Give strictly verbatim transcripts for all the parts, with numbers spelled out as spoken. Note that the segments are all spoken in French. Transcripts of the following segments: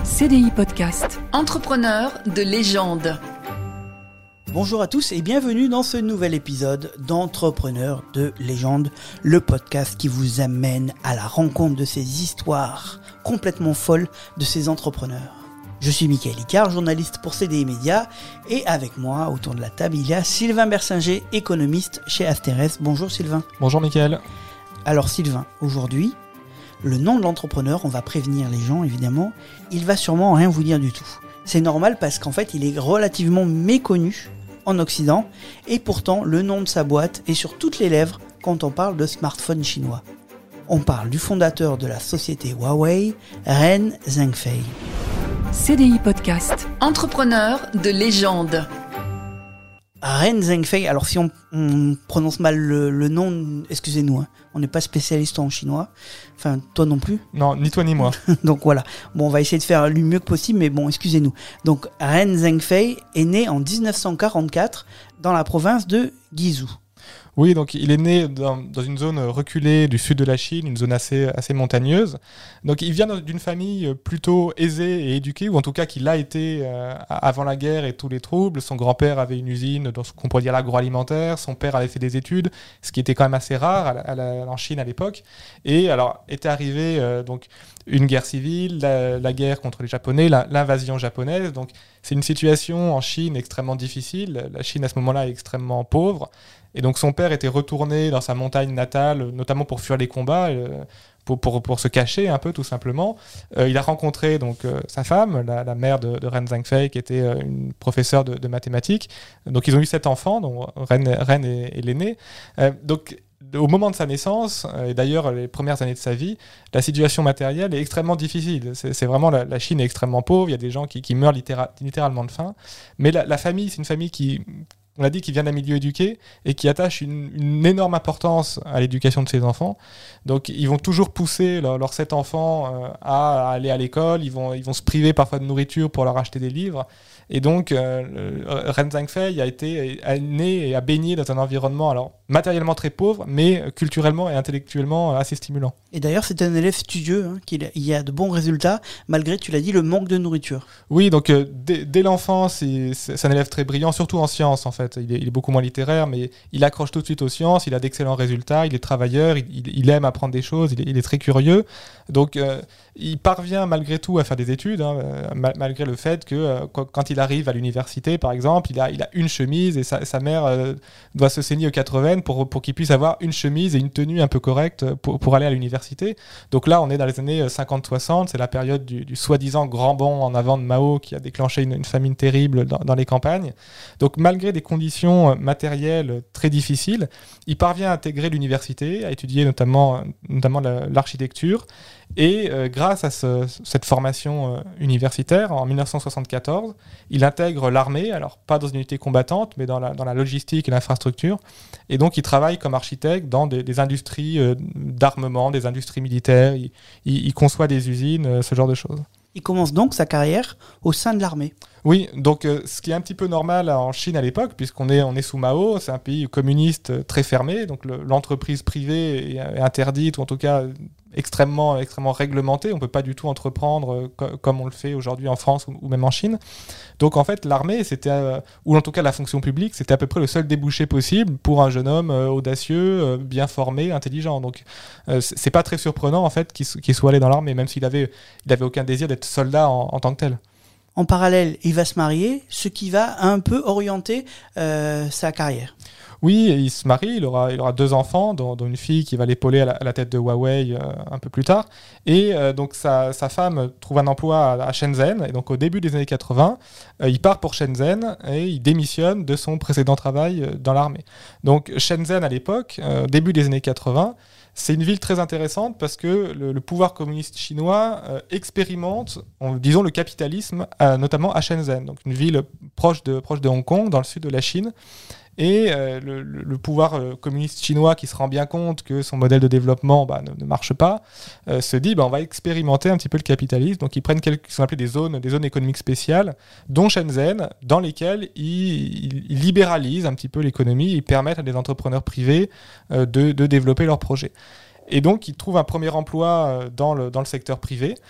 C D I Podcast. Entrepreneur de légende. Bonjour à tous et bienvenue dans ce nouvel épisode d'Entrepreneurs de légende, le podcast qui vous amène à la rencontre de ces histoires complètement folles de ces entrepreneurs. Je suis Michael Icard, journaliste pour C D I Média, et avec moi, autour de la table, il y a Sylvain Bersinger, économiste chez Asterès. Bonjour Sylvain. Bonjour Michael. Alors Sylvain, aujourd'hui, le nom de l'entrepreneur, on va prévenir les gens évidemment, il va sûrement rien vous dire du tout. C'est normal parce qu'en fait, il est relativement méconnu en Occident, et pourtant le nom de sa boîte est sur toutes les lèvres quand on parle de smartphone chinois. On parle du fondateur de la société Huawei, Ren Zhengfei. C D I Podcast. Entrepreneur de légende. Ren Zhengfei, alors si on, on prononce mal le, le nom, excusez-nous, hein, on n'est pas spécialiste en chinois, enfin toi non plus. Non, ni toi ni moi. Donc voilà, bon on va essayer de faire le mieux que possible, mais bon excusez-nous. Donc Ren Zhengfei est né en dix-neuf cent quarante-quatre dans la province de Guizhou. Oui, donc il est né dans, dans une zone reculée du sud de la Chine, une zone assez, assez montagneuse. Donc il vient d'une famille plutôt aisée et éduquée, ou en tout cas qui l'a été euh, avant la guerre et tous les troubles. Son grand-père avait une usine dans ce qu'on pourrait dire l'agroalimentaire, son père avait fait des études, ce qui était quand même assez rare à la, à la, en Chine à l'époque. Et alors était arrivée euh, donc une guerre civile, la, la guerre contre les Japonais, la, l'invasion japonaise. Donc c'est une situation en Chine extrêmement difficile. La Chine à ce moment-là est extrêmement pauvre. Et donc son père était retourné dans sa montagne natale, notamment pour fuir les combats, euh, pour, pour, pour se cacher un peu tout simplement. Euh, il a rencontré donc euh, sa femme, la, la mère de, de Ren Zhengfei, qui était euh, une professeure de, de mathématiques. Donc ils ont eu sept enfants, dont Ren, Ren est, est l'aîné. Euh, donc au moment de sa naissance, euh, et d'ailleurs les premières années de sa vie, la situation matérielle est extrêmement difficile. C'est, c'est vraiment la, la Chine est extrêmement pauvre. Il y a des gens qui, qui meurent littéra- littéralement de faim. Mais la, la famille, c'est une famille qui on l'a dit, qui vient d'un milieu éduqué et qui attache une, une énorme importance à l'éducation de ses enfants. Donc, ils vont toujours pousser leurs leur sept enfants euh, à, à aller à l'école. Ils vont, ils vont se priver parfois de nourriture pour leur acheter des livres. Et donc, euh, Ren Zhengfei a été a né et a baigné dans un environnement alors matériellement très pauvre, mais culturellement et intellectuellement assez stimulant. Et d'ailleurs, c'est un élève studieux, hein, qui il y a de bons résultats, malgré, tu l'as dit, le manque de nourriture. Oui, donc euh, dès, dès l'enfance, c'est, c'est un élève très brillant, surtout en sciences en fait. Il est, il est beaucoup moins littéraire, mais il accroche tout de suite aux sciences, il a d'excellents résultats, il est travailleur, il, il, il aime apprendre des choses, il est, il est très curieux. Donc, euh, il parvient malgré tout à faire des études, hein, mal, malgré le fait que euh, quand il arrive à l'université, par exemple, il a, il a une chemise et sa, sa mère euh, doit se saigner aux quatre veines pour, pour qu'il puisse avoir une chemise et une tenue un peu correcte pour, pour aller à l'université. Donc là, on est dans les années cinquante soixante, c'est la période du, du soi-disant grand bond en avant de Mao qui a déclenché une, une famine terrible dans, dans les campagnes. Donc malgré des conditions matérielles très difficiles, il parvient à intégrer l'université, à étudier notamment, notamment la, l'architecture. Et euh, grâce à ce, cette formation euh, universitaire, en dix-neuf cent soixante-quatorze, il intègre l'armée, alors pas dans une unité combattante, mais dans la, dans la logistique et l'infrastructure. Et donc, il travaille comme architecte dans des, des industries euh, d'armement, des industries militaires. Il, il, il conçoit des usines, euh, ce genre de choses. Il commence donc sa carrière au sein de l'armée. Oui, donc euh, ce qui est un petit peu normal en Chine à l'époque, puisqu'on est, on est sous Mao, c'est un pays communiste euh, très fermé, donc le, l'entreprise privée est, est interdite, ou en tout cas extrêmement, extrêmement réglementée. On ne peut pas du tout entreprendre euh, co- comme on le fait aujourd'hui en France ou, ou même en Chine. Donc en fait, l'armée, c'était, euh, ou en tout cas la fonction publique, c'était à peu près le seul débouché possible pour un jeune homme euh, audacieux, euh, bien formé, intelligent. Donc euh, c'est, c'est pas très surprenant en fait qu'il, qu'il soit allé dans l'armée, même s'il avait, il avait aucun désir d'être soldat en, en tant que tel. En parallèle, il va se marier, ce qui va un peu orienter euh, sa carrière. Oui, il se marie, il aura, il aura deux enfants, dont, dont une fille qui va l'épauler à la, à la tête de Huawei euh, un peu plus tard. Et euh, donc sa, sa femme trouve un emploi à, à Shenzhen. Et donc au début des années quatre-vingts, euh, il part pour Shenzhen et il démissionne de son précédent travail euh, dans l'armée. Donc Shenzhen à l'époque, euh, début des années quatre-vingts, c'est une ville très intéressante parce que le, le pouvoir communiste chinois euh, expérimente, on, disons, le capitalisme, euh, notamment à Shenzhen, donc une ville proche de, proche de Hong Kong, dans le sud de la Chine. Et euh, le, le pouvoir euh, communiste chinois, qui se rend bien compte que son modèle de développement bah, ne, ne marche pas, euh, se dit bah, on va expérimenter un petit peu le capitalisme. Donc ils prennent ce qui sont appelés des zones, des zones économiques spéciales, dont Shenzhen, dans lesquelles ils, ils, ils libéralisent un petit peu l'économie, ils permettent à des entrepreneurs privés euh, de, de développer leurs projets. Et donc ils trouvent un premier emploi euh, dans, le, dans le secteur privé.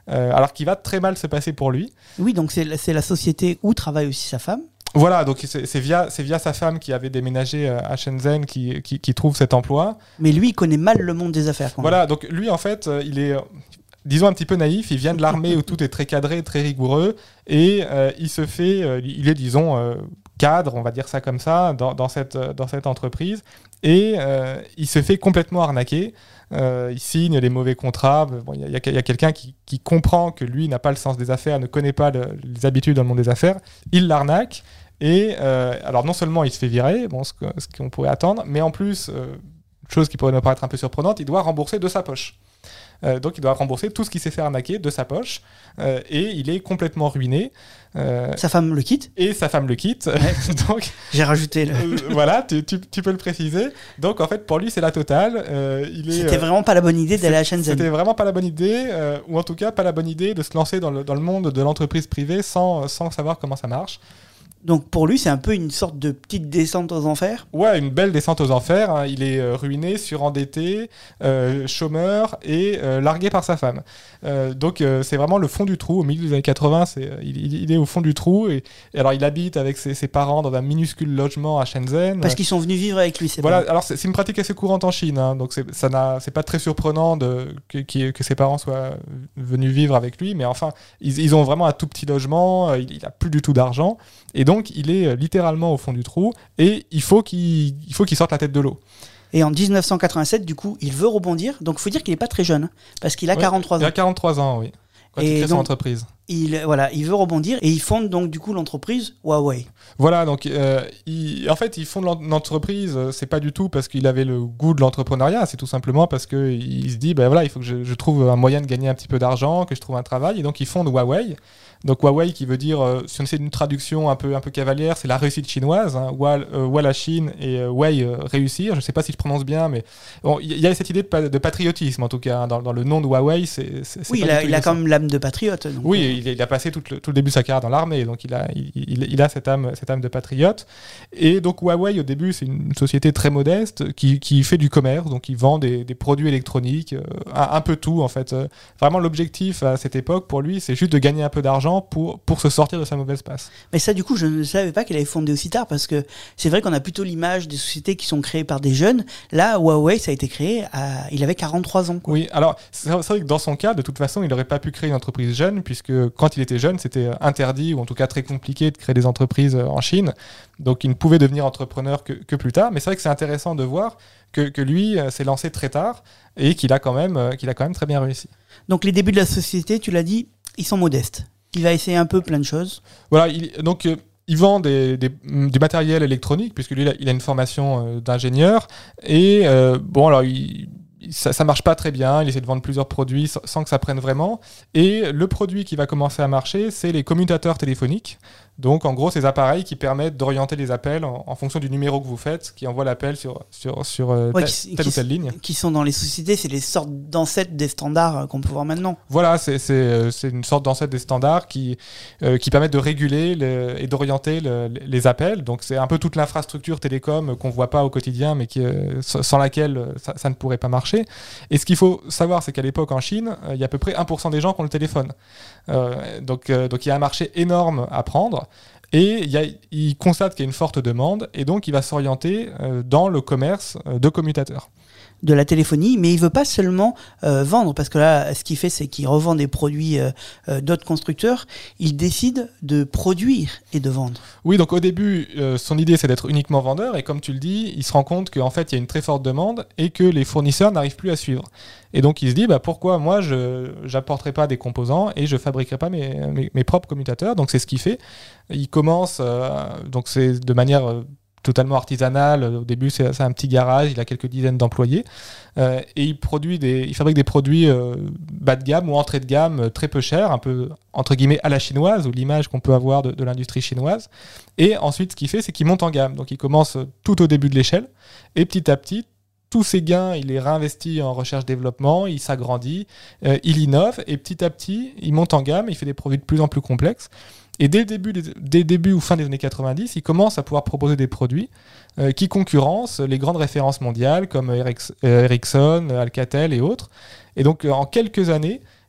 euh, alors qu'il va très mal se passer pour lui. Oui, donc c'est, la- c'est la société où travaille aussi sa femme. Voilà, donc c'est, c'est, via, c'est via sa femme qui avait déménagé euh, à Shenzhen qui, qui, qui trouve cet emploi. Mais lui, il connaît mal le monde des affaires. Quand même. Voilà, donc lui, en fait, euh, il est, euh, disons, un petit peu naïf. Il vient de l'armée où tout est très cadré, très rigoureux. Et euh, il se fait, euh, il est, disons, euh, cadre, on va dire ça comme ça, dans, dans, cette, dans cette entreprise. Et euh, il se fait complètement arnaquer. Euh, il signe les mauvais contrats. Bon, il y, y, y a quelqu'un qui, qui comprend que lui n'a pas le sens des affaires, ne connaît pas le, les habitudes dans le monde des affaires. Il l'arnaque. Et euh, alors non seulement il se fait virer, bon, ce, que, ce qu'on pourrait attendre, mais en plus, euh, chose qui pourrait me paraître un peu surprenante, il doit rembourser de sa poche. Euh, donc il doit rembourser tout ce qui s'est fait arnaquer de sa poche, euh, et il est complètement ruiné. Euh, Sa femme le quitte. Et sa femme le quitte. Donc, j'ai rajouté le... euh, voilà, tu, tu, tu peux le préciser. Donc en fait, pour lui, c'est la totale. Euh, il est, C'était euh, vraiment pas la bonne idée d'aller à Shenzhen. C'était vraiment pas la bonne idée, euh, ou en tout cas pas la bonne idée de se lancer dans le, dans le monde de l'entreprise privée sans, sans savoir comment ça marche. Donc pour lui, c'est un peu une sorte de petite descente aux enfers. Ouais, une belle descente aux enfers. Hein. Il est euh, ruiné, surendetté, euh, chômeur et euh, largué par sa femme. Euh, donc euh, c'est vraiment le fond du trou. Au milieu des années quatre-vingts, c'est, il, il est au fond du trou. Et, et alors il habite avec ses, ses parents dans un minuscule logement à Shenzhen. Parce qu'ils sont venus vivre avec lui, c'est Voilà, pas... alors c'est, c'est une pratique assez courante en Chine. Hein. Donc c'est, ça n'a, c'est pas très surprenant de, que, que, que ses parents soient venus vivre avec lui. Mais enfin, ils, ils ont vraiment un tout petit logement. Il n'a plus du tout d'argent. Et donc il est littéralement au fond du trou et il faut qu'il, il faut qu'il sorte la tête de l'eau. Et en dix-neuf cent quatre-vingt-sept, du coup, il veut rebondir. Donc il faut dire qu'il n'est pas très jeune, parce qu'il a ouais, quarante-trois ans. Il a quarante-trois ans, oui. Quand et il crée donc, son entreprise. Il, voilà, il veut rebondir et il fonde donc du coup l'entreprise Huawei. Voilà, donc euh, il, en fait, il fonde l'entreprise, c'est pas du tout parce qu'il avait le goût de l'entrepreneuriat, c'est tout simplement parce qu'il se dit, ben voilà, il faut que je, je trouve un moyen de gagner un petit peu d'argent, que je trouve un travail, et donc il fonde Huawei. Donc Huawei qui veut dire, euh, si on essaie d'une traduction un peu, un peu cavalière, c'est la réussite chinoise, hein, Wa, euh, Wa la Chine et euh, Wei euh, réussir, je sais pas si je prononce bien, mais il bon, y, y a cette idée de, pa- de patriotisme en tout cas, hein, dans, dans le nom de Huawei, c'est, c'est, c'est oui, pas il a, du tout il a innocent. quand même l'âme de patriote. Donc oui, euh... il, il a passé tout le, tout le début de sa carrière dans l'armée, donc il a, il, il, il a cette, âme, cette âme de patriote. Et donc Huawei, au début, c'est une société très modeste qui, qui fait du commerce, donc il vend des, des produits électroniques, euh, un, un peu tout en fait. Euh, vraiment, l'objectif à cette époque, pour lui, c'est juste de gagner un peu d'argent pour, pour se sortir de sa mauvaise passe. Mais ça, du coup, je ne savais pas qu'elle avait fondé aussi tard, parce que c'est vrai qu'on a plutôt l'image des sociétés qui sont créées par des jeunes. Là, Huawei, ça a été créé, à... il avait quarante-trois ans. Quoi. Oui, alors c'est vrai que dans son cas, de toute façon, il n'aurait pas pu créer une entreprise jeune, puisque quand il était jeune, c'était interdit, ou en tout cas très compliqué de créer des entreprises en Chine. Donc il ne pouvait devenir entrepreneur que, que plus tard. Mais c'est vrai que c'est intéressant de voir que, que lui euh, s'est lancé très tard et qu'il a, quand même, euh, qu'il a quand même très bien réussi. Donc les débuts de la société, tu l'as dit, ils sont modestes. Il va essayer un peu plein de choses. Voilà, il, donc euh, il vend des, des, du matériel électronique, puisque lui, il a, il a une formation euh, d'ingénieur. Et euh, bon, alors, il, ça, ça marche pas très bien. Il essaie de vendre plusieurs produits sans, sans que ça prenne vraiment. Et le produit qui va commencer à marcher, c'est les commutateurs téléphoniques. Donc, en gros, ces appareils qui permettent d'orienter les appels en, en fonction du numéro que vous faites, qui envoie l'appel sur, sur, sur euh, ouais, telle, qui, telle qui, ou telle ligne. Qui sont dans les sociétés, c'est les sortes d'ancêtres des standards qu'on peut voir maintenant. Voilà, c'est, c'est, c'est une sorte d'ancêtre des standards qui, euh, qui permettent de réguler le, et d'orienter le, les appels. Donc, c'est un peu toute l'infrastructure télécom qu'on ne voit pas au quotidien, mais qui, euh, sans laquelle ça, ça ne pourrait pas marcher. Et ce qu'il faut savoir, c'est qu'à l'époque, en Chine, il y a à peu près un pour cent des gens qui ont le téléphone. Euh, donc, euh, donc, il y a un marché énorme à prendre. Et il, y a, il constate qu'il y a une forte demande et donc il va s'orienter euh, dans le commerce euh, de commutateurs. De la téléphonie, mais il veut pas seulement euh, vendre, parce que là, ce qu'il fait, c'est qu'il revend des produits euh, euh, d'autres constructeurs. Il décide de produire et de vendre. Oui, donc au début, euh, son idée, c'est d'être uniquement vendeur, et comme tu le dis, il se rend compte qu'en fait, il y a une très forte demande et que les fournisseurs n'arrivent plus à suivre. Et donc, il se dit, bah, pourquoi moi, je n'apporterai pas des composants et je fabriquerai pas mes, mes, mes propres commutateurs. Donc, c'est ce qu'il fait. Il commence, euh, donc c'est de manière... Euh, totalement artisanal. Au début, c'est, c'est un petit garage, il a quelques dizaines d'employés euh, et il produit des, il fabrique des produits euh, bas de gamme ou entrée de gamme euh, très peu chers, un peu entre guillemets à la chinoise, ou l'image qu'on peut avoir de, de l'industrie chinoise. Et ensuite, ce qu'il fait, c'est qu'il monte en gamme. Donc, il commence tout au début de l'échelle et petit à petit, tous ses gains, il les réinvestit en recherche-développement, il s'agrandit, euh, il innove et petit à petit, il monte en gamme, il fait des produits de plus en plus complexes. Et dès le début, dès le début ou fin des années quatre-vingt-dix, il commence à pouvoir proposer des produits euh, qui concurrencent les grandes références mondiales comme Ericsson, Alcatel et autres. Et donc, euh, en quelques années,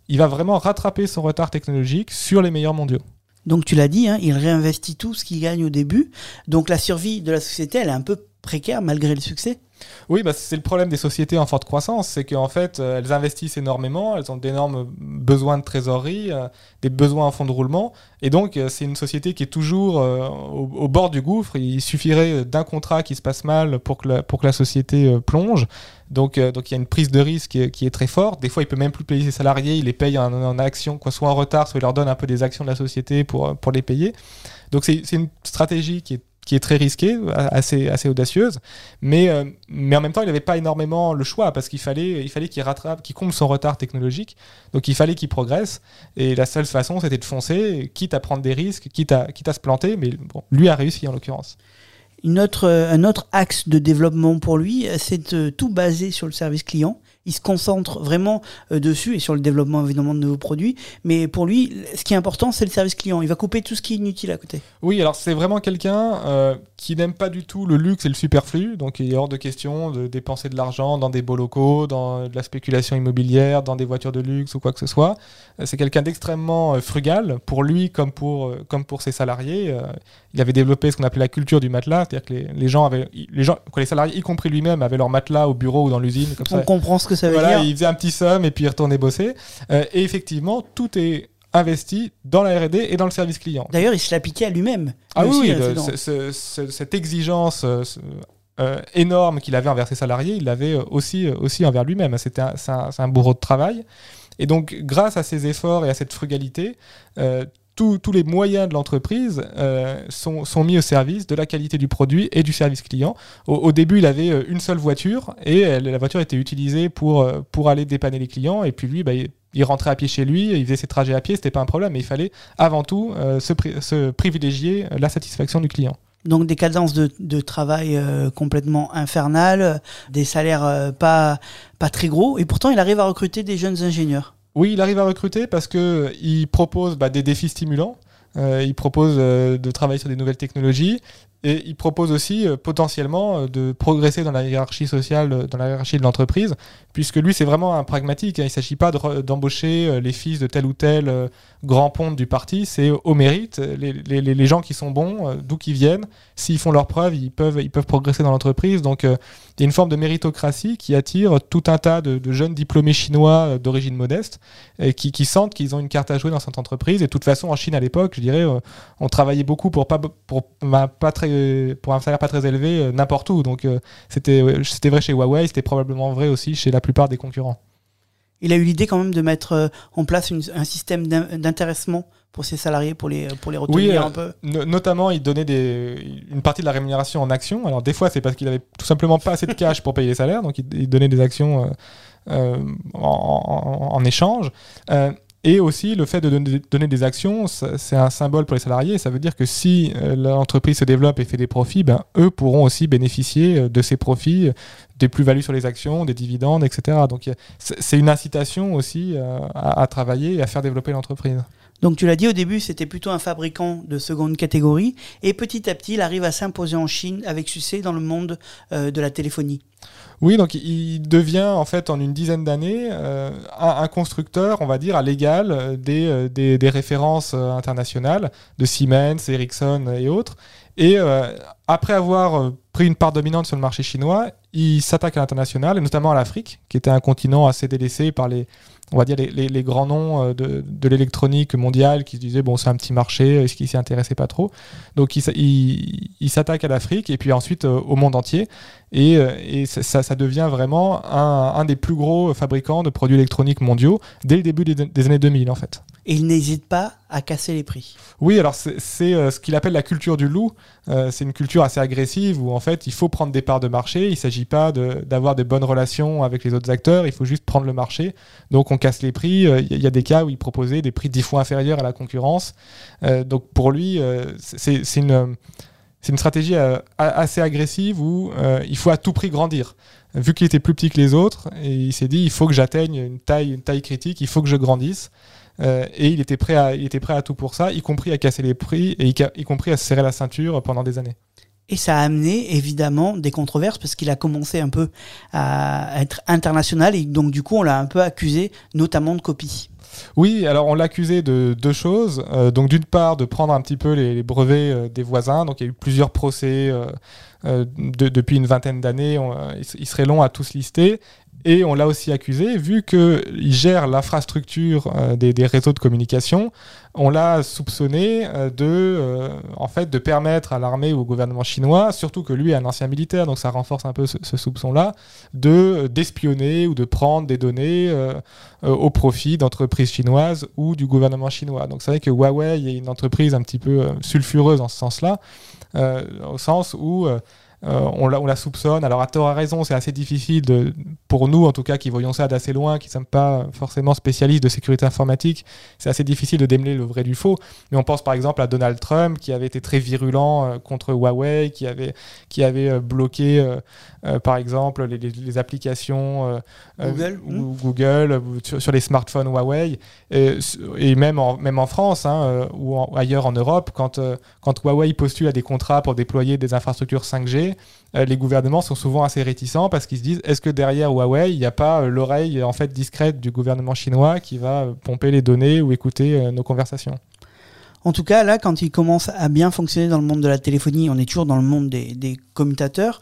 il va vraiment rattraper son retard technologique sur les meilleurs mondiaux. Donc tu l'as dit, hein, il réinvestit tout ce qu'il gagne au début. Donc la survie de la société, elle est un peu précaire malgré le succès. Oui, bah, c'est le problème des sociétés en forte croissance, c'est qu'en fait, euh, elles investissent énormément, elles ont d'énormes besoins de trésorerie, euh, des besoins en fonds de roulement, et donc euh, c'est une société qui est toujours euh, au, au bord du gouffre. Il suffirait d'un contrat qui se passe mal pour que la, pour que la société euh, plonge. Donc, euh, donc il y a une prise de risque qui est, qui est très forte. Des fois, il peut même plus payer ses salariés, il les paye en, en actions, quoi, soit en retard, soit il leur donne un peu des actions de la société pour, pour les payer. Donc c'est, c'est une stratégie qui est qui est très risquée, assez, assez audacieuse, mais, euh, mais en même temps, il n'avait pas énormément le choix, parce qu'il fallait, il fallait qu'il rattrape, qu'il comble son retard technologique, donc il fallait qu'il progresse, et la seule façon, c'était de foncer, quitte à prendre des risques, quitte à, quitte à se planter, mais bon, lui a réussi en l'occurrence. Une autre, un autre axe de développement pour lui, c'est de tout baser sur le service client. Il se concentre vraiment euh, dessus et sur le développement évidemment de nouveaux produits. Mais pour lui, ce qui est important, c'est le service client. Il va couper tout ce qui est inutile à côté. Oui, alors c'est vraiment quelqu'un euh, qui n'aime pas du tout le luxe et le superflu. Donc il est hors de question de dépenser de l'argent dans des beaux locaux, dans de la spéculation immobilière, dans des voitures de luxe ou quoi que ce soit. Euh, c'est quelqu'un d'extrêmement euh, frugal, pour lui comme pour, euh, comme pour ses salariés. Euh, il avait développé ce qu'on appelait la culture du matelas, c'est-à-dire que les, les gens avaient, les gens, quoi, les salariés, y compris lui-même, avaient leur matelas au bureau ou dans l'usine. Comme On ça. comprend ce que ça veut Voilà, dire. il faisait un petit somme et puis il retournait bosser. Euh, et effectivement, tout est investi dans la R et D et dans le service client. D'ailleurs, il se l'appliquait à lui-même. Ah Lui oui, aussi, oui, euh, le- c'est ce- ce- ce- cette exigence euh, ce- euh, énorme qu'il avait envers ses salariés, il l'avait euh, aussi, euh, aussi envers lui-même. C'était un, c'est, un, c'est un bourreau de travail. Et donc, grâce à ces efforts et à cette frugalité, euh, tous, tous les moyens de l'entreprise euh, sont, sont mis au service de la qualité du produit et du service client. Au, au début, il avait euh, une seule voiture et euh, la voiture était utilisée pour, euh, pour aller dépanner les clients. Et puis lui, bah, il, il rentrait à pied chez lui, il faisait ses trajets à pied, c'était pas un problème. Mais il fallait avant tout euh, se, pri- se privilégier euh, la satisfaction du client. Donc des cadences de, de travail euh, complètement infernales, euh, des salaires euh, pas, pas très gros. Et pourtant, il arrive à recruter des jeunes ingénieurs. Oui, il arrive à recruter parce qu'il propose bah, des défis stimulants. Euh, il propose euh, de travailler sur des nouvelles technologies et il propose aussi euh, potentiellement euh, de progresser dans la hiérarchie sociale, euh, dans la hiérarchie de l'entreprise, puisque lui c'est vraiment un pragmatique. Hein. Il ne s'agit pas de re- d'embaucher euh, les fils de tel ou tel euh, grand ponte du parti, c'est au mérite. Les, les, les gens qui sont bons, euh, d'où qu'ils viennent, s'ils font leurs preuves, ils peuvent, ils peuvent progresser dans l'entreprise. Donc euh, il y a une forme de méritocratie qui attire tout un tas de, de jeunes diplômés chinois euh, d'origine modeste et qui, qui sentent qu'ils ont une carte à jouer dans cette entreprise. Et de toute façon, en Chine à l'époque, je dirais, euh, on travaillait beaucoup pour, pas, pour, bah, pas très, pour un salaire pas très élevé euh, n'importe où. Donc euh, c'était, ouais, c'était vrai chez Huawei, c'était probablement vrai aussi chez la plupart des concurrents. Il a eu l'idée quand même de mettre euh, en place une, un système d'in- d'intéressement pour ses salariés, pour les, pour les retenir Oui, euh, un peu. No- notamment, il donnait des, une partie de la rémunération en actions. Alors, des fois, c'est parce qu'il avait tout simplement pas assez de cash pour payer les salaires, donc il, il donnait des actions euh, euh, en, en- en échange. Euh, et aussi, le fait de donner, donner des actions, ça- c'est un symbole pour les salariés. Ça veut dire que si euh, l'entreprise se développe et fait des profits, ben, eux pourront aussi bénéficier euh, de ces profits, euh, des plus-values sur les actions, des dividendes, et cetera. Donc, il y a- c'est c'est une incitation aussi euh, à, à travailler et à faire développer l'entreprise. Donc tu l'as dit au début, c'était plutôt un fabricant de seconde catégorie. Et petit à petit, il arrive à s'imposer en Chine avec succès dans le monde euh, de la téléphonie. Oui, donc il devient en fait en une dizaine d'années euh, un, un constructeur, on va dire, à l'égal euh, des, euh, des, des références euh, internationales de Siemens, Ericsson et autres. Et euh, après avoir euh, pris une part dominante sur le marché chinois, il s'attaque à l'international, et notamment à l'Afrique, qui était un continent assez délaissé par les, on va dire, les, les, les grands noms euh, de, de l'électronique mondiale qui se disaient, bon, c'est un petit marché, est-ce qu'il s'y intéressait pas trop. Donc il, s- il, il s'attaque à l'Afrique et puis ensuite euh, au monde entier. Et, euh, et ça, ça ça devient vraiment un, un des plus gros fabricants de produits électroniques mondiaux dès le début des, des années deux mille, en fait. Et il n'hésite pas à casser les prix. Oui, alors c'est, c'est euh, ce qu'il appelle la culture du loup. Euh, c'est une culture assez agressive où en fait il faut prendre des parts de marché. Il ne s'agit pas de, d'avoir de bonnes relations avec les autres acteurs. Il faut juste prendre le marché. Donc on casse les prix. Il euh, y, y a des cas où il proposait des prix dix fois inférieurs à la concurrence. Euh, donc pour lui, euh, c'est, c'est une c'est une stratégie euh, assez agressive où euh, il faut à tout prix grandir. Vu qu'il était plus petit que les autres, et il s'est dit il faut que j'atteigne une taille, une taille critique, il faut que je grandisse. Euh, et il était, prêt à, il était prêt à tout pour ça, y compris à casser les prix et y, y compris à se serrer la ceinture pendant des années. Et ça a amené évidemment des controverses parce qu'il a commencé un peu à être international et donc du coup on l'a un peu accusé notamment de copie. Oui, alors on l'a accusé de deux choses. Euh, donc d'une part, de prendre un petit peu les, les brevets euh, des voisins. Donc il y a eu plusieurs procès euh, euh, de, depuis une vingtaine d'années. On, euh, il, il serait long à tous lister. Et on l'a aussi accusé, vu qu'il gère l'infrastructure euh, des, des réseaux de communication, on l'a soupçonné euh, de, euh, en fait, de permettre à l'armée ou au gouvernement chinois, surtout que lui est un ancien militaire, donc ça renforce un peu ce, ce soupçon-là, de, d'espionner ou de prendre des données euh, euh, au profit d'entreprises chinoises ou du gouvernement chinois. Donc c'est vrai que Huawei est une entreprise un petit peu euh, sulfureuse en ce sens-là, euh, au sens où... Euh, Euh, on, la, on la soupçonne, alors à tort à raison, c'est assez difficile de, pour nous en tout cas qui voyons ça d'assez loin, qui ne sommes pas forcément spécialistes de sécurité informatique, c'est assez difficile de démêler le vrai du faux, mais on pense par exemple à Donald Trump qui avait été très virulent euh, contre Huawei, qui avait, qui avait euh, bloqué euh, euh, par exemple les, les, les applications euh, Google, euh, ou, Google euh, sur, sur les smartphones Huawei, et, et même, en, même en France hein, euh, ou en, ailleurs en Europe, quand, euh, quand Huawei postule à des contrats pour déployer des infrastructures cinq G, Euh, les gouvernements sont souvent assez réticents parce qu'ils se disent est-ce que derrière Huawei il n'y a pas euh, l'oreille en fait discrète du gouvernement chinois qui va euh, pomper les données ou écouter euh, nos conversations. En tout cas, là, quand il commence à bien fonctionner dans le monde de la téléphonie, on est toujours dans le monde des, des commutateurs,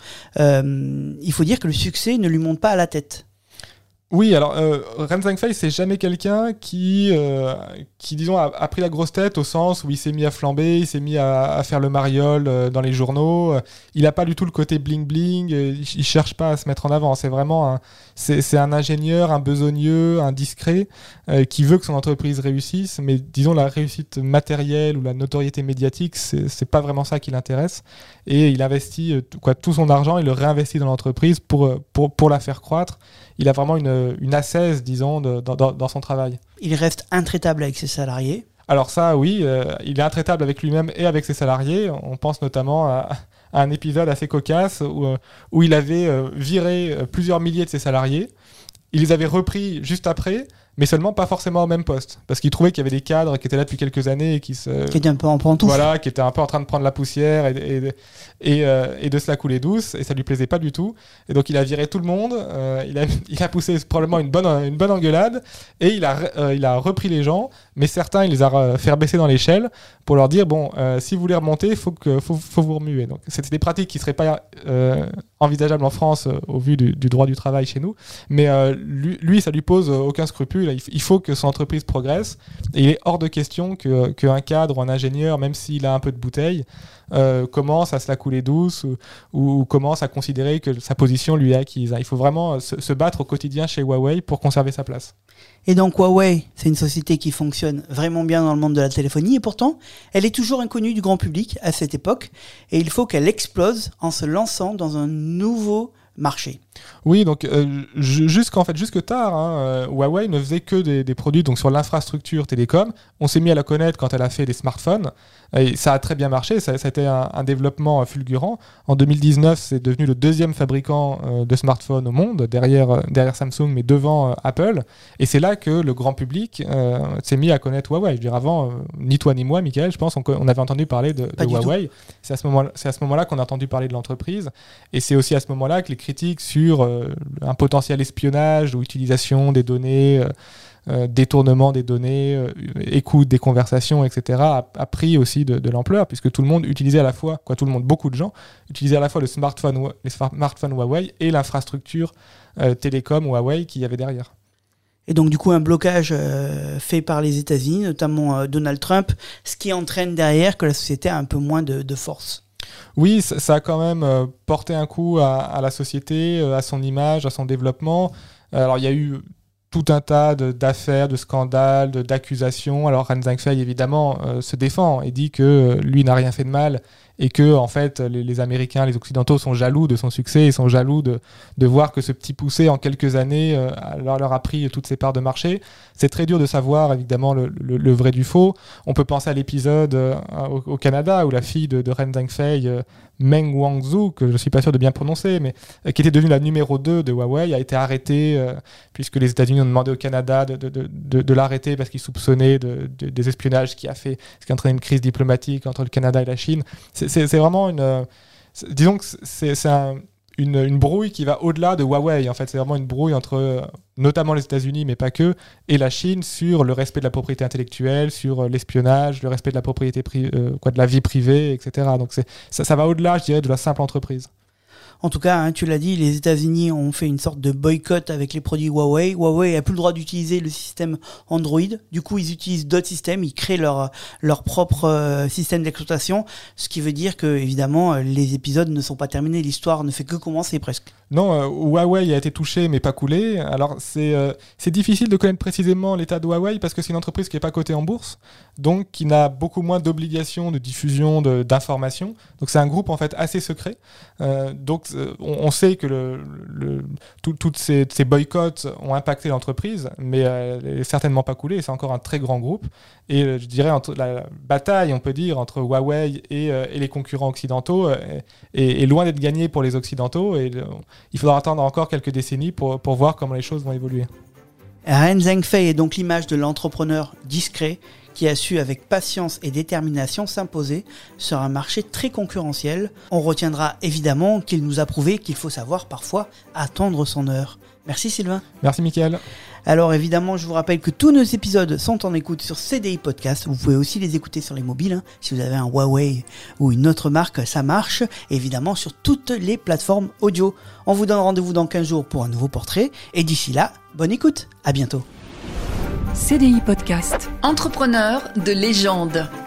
euh, il faut dire que le succès ne lui monte pas à la tête. Oui, alors euh, Ren Zhengfei, c'est jamais quelqu'un qui, euh, qui disons, a, a pris la grosse tête au sens où il s'est mis à flamber, il s'est mis à, à faire le mariole euh, dans les journaux. Il n'a pas du tout le côté bling-bling, il, il cherche pas à se mettre en avant. C'est vraiment un, c'est, c'est un ingénieur, un besogneux, un discret euh, qui veut que son entreprise réussisse, mais disons la réussite matérielle ou la notoriété médiatique, c'est, c'est pas vraiment ça qui l'intéresse. Et il investit euh, quoi, tout son argent, il le réinvestit dans l'entreprise pour, pour, pour la faire croître. Il a vraiment une, une ascèse, disons, de, dans, dans son travail. Il reste intraitable avec ses salariés. Alors ça, oui, euh, il est intraitable avec lui-même et avec ses salariés. On pense notamment à, à un épisode assez cocasse où, où il avait euh, viré plusieurs milliers de ses salariés. Il les avait repris juste après, mais seulement pas forcément au même poste. Parce qu'il trouvait qu'il y avait des cadres qui étaient là depuis quelques années et qui se... Qui étaient un peu en pantoufle. Voilà, qui étaient un peu en train de prendre la poussière et, et, et, euh, et de se la couler douce, et ça lui plaisait pas du tout. Et donc il a viré tout le monde, euh, il, a, il a poussé probablement une bonne, une bonne engueulade, et il a, euh, il a repris les gens, mais certains, il les a fait baisser dans l'échelle pour leur dire, bon, euh, si vous voulez remonter, il faut, que, faut, faut vous remuer. Donc c'était des pratiques qui seraient pas euh, envisageables en France euh, au vu du, du droit du travail chez nous, mais euh, lui, lui, ça lui pose aucun scrupule. Il faut que son entreprise progresse et il est hors de question que, qu'un cadre ou un ingénieur, même s'il a un peu de bouteille, euh, commence à se la couler douce ou, ou commence à considérer que sa position lui est acquise. Il faut vraiment se, se battre au quotidien chez Huawei pour conserver sa place. Et donc Huawei, c'est une société qui fonctionne vraiment bien dans le monde de la téléphonie et pourtant, elle est toujours inconnue du grand public à cette époque et il faut qu'elle explose en se lançant dans un nouveau marché. Oui, donc euh, jusqu'en fait, jusque tard, hein, euh, Huawei ne faisait que des, des produits donc sur l'infrastructure télécom. On s'est mis à la connaître quand elle a fait des smartphones. Et ça a très bien marché, ça, ça a été un, un développement euh, fulgurant. En deux mille dix-neuf, c'est devenu le deuxième fabricant euh, de smartphones au monde, derrière, euh, derrière Samsung, mais devant euh, Apple. Et c'est là que le grand public euh, s'est mis à connaître Huawei. Je veux dire, avant, euh, ni toi ni moi, Michael, je pense, on, on avait entendu parler de, de Huawei. C'est à ce moment, c'est à ce moment-là qu'on a entendu parler de l'entreprise. Et c'est aussi à ce moment-là que les critiques sur euh, un potentiel espionnage ou utilisation des données... Euh, Euh, détournement des données, euh, écoute des conversations, et cetera, a, a pris aussi de, de l'ampleur, puisque tout le monde utilisait à la fois, quoi, tout le monde, beaucoup de gens, utilisaient à la fois le smartphone, les smartphones Huawei et l'infrastructure euh, télécom Huawei qu'il y avait derrière. Et donc du coup un blocage euh, fait par les États-Unis, notamment euh, Donald Trump, ce qui entraîne derrière que la société a un peu moins de, de force. Oui, ça, ça a quand même euh, porté un coup à, à la société, euh, à son image, à son développement. Alors il y a eu tout un tas de, d'affaires, de scandales, de, d'accusations. Alors Ren Zhengfei évidemment euh, se défend et dit que euh, lui n'a rien fait de mal et que en fait les, les Américains, les Occidentaux sont jaloux de son succès et sont jaloux de, de voir que ce petit poussé en quelques années euh, leur, leur a pris toutes ses parts de marché. C'est très dur de savoir évidemment le, le, le vrai du faux. On peut penser à l'épisode euh, au, au Canada où la fille de, de Ren Zhengfei, euh, Meng Wanzhou, que je ne suis pas sûr de bien prononcer, mais euh, qui était devenue la numéro deux de Huawei, a été arrêtée euh, puisque les États-Unis ont demandé au Canada de, de, de, de, de l'arrêter parce qu'ils soupçonnaient de, de, des espionnages qui a fait, ce qui a entraîné une crise diplomatique entre le Canada et la Chine. C'est, c'est, c'est vraiment une... Euh, c'est, disons que c'est, c'est un, une, une brouille qui va au-delà de Huawei. En fait, c'est vraiment une brouille entre euh, notamment les États-Unis, mais pas que, et la Chine sur le respect de la propriété intellectuelle, sur euh, l'espionnage, le respect de la propriété pri- euh, quoi, de la vie privée, et cetera. Donc c'est, ça, ça va au-delà, je dirais, de la simple entreprise. En tout cas, hein, tu l'as dit, les États-Unis ont fait une sorte de boycott avec les produits Huawei. Huawei n'a plus le droit d'utiliser le système Android. Du coup, ils utilisent d'autres systèmes. Ils créent leur, leur propre euh, système d'exploitation. Ce qui veut dire que, évidemment, les épisodes ne sont pas terminés. L'histoire ne fait que commencer presque. Non, euh, Huawei a été touché mais pas coulé. Alors c'est, euh, c'est difficile de connaître précisément l'état de Huawei parce que c'est une entreprise qui n'est pas cotée en bourse, donc qui n'a beaucoup moins d'obligations de diffusion de, d'informations. Donc c'est un groupe en fait assez secret. Euh, donc euh, on, on sait que le, le, tout, toutes ces, ces boycotts ont impacté l'entreprise, mais euh, elle n'est certainement pas coulée. C'est encore un très grand groupe. Et euh, je dirais entre la bataille, on peut dire, entre Huawei et, euh, et les concurrents occidentaux euh, est, est loin d'être gagnée pour les occidentaux. Et, euh, il faudra attendre encore quelques décennies pour, pour voir comment les choses vont évoluer. Ren Zhengfei est donc l'image de l'entrepreneur discret qui a su avec patience et détermination s'imposer sur un marché très concurrentiel. On retiendra évidemment qu'il nous a prouvé qu'il faut savoir parfois attendre son heure. Merci Sylvain. Merci Mickaël. Alors évidemment, je vous rappelle que tous nos épisodes sont en écoute sur C D I Podcast. Vous pouvez aussi les écouter sur les mobiles. Hein. Si vous avez un Huawei ou une autre marque, ça marche. Et évidemment sur toutes les plateformes audio. On vous donne rendez-vous dans quinze jours pour un nouveau portrait. Et d'ici là, bonne écoute. À bientôt. C D I Podcast. Entrepreneur de légende.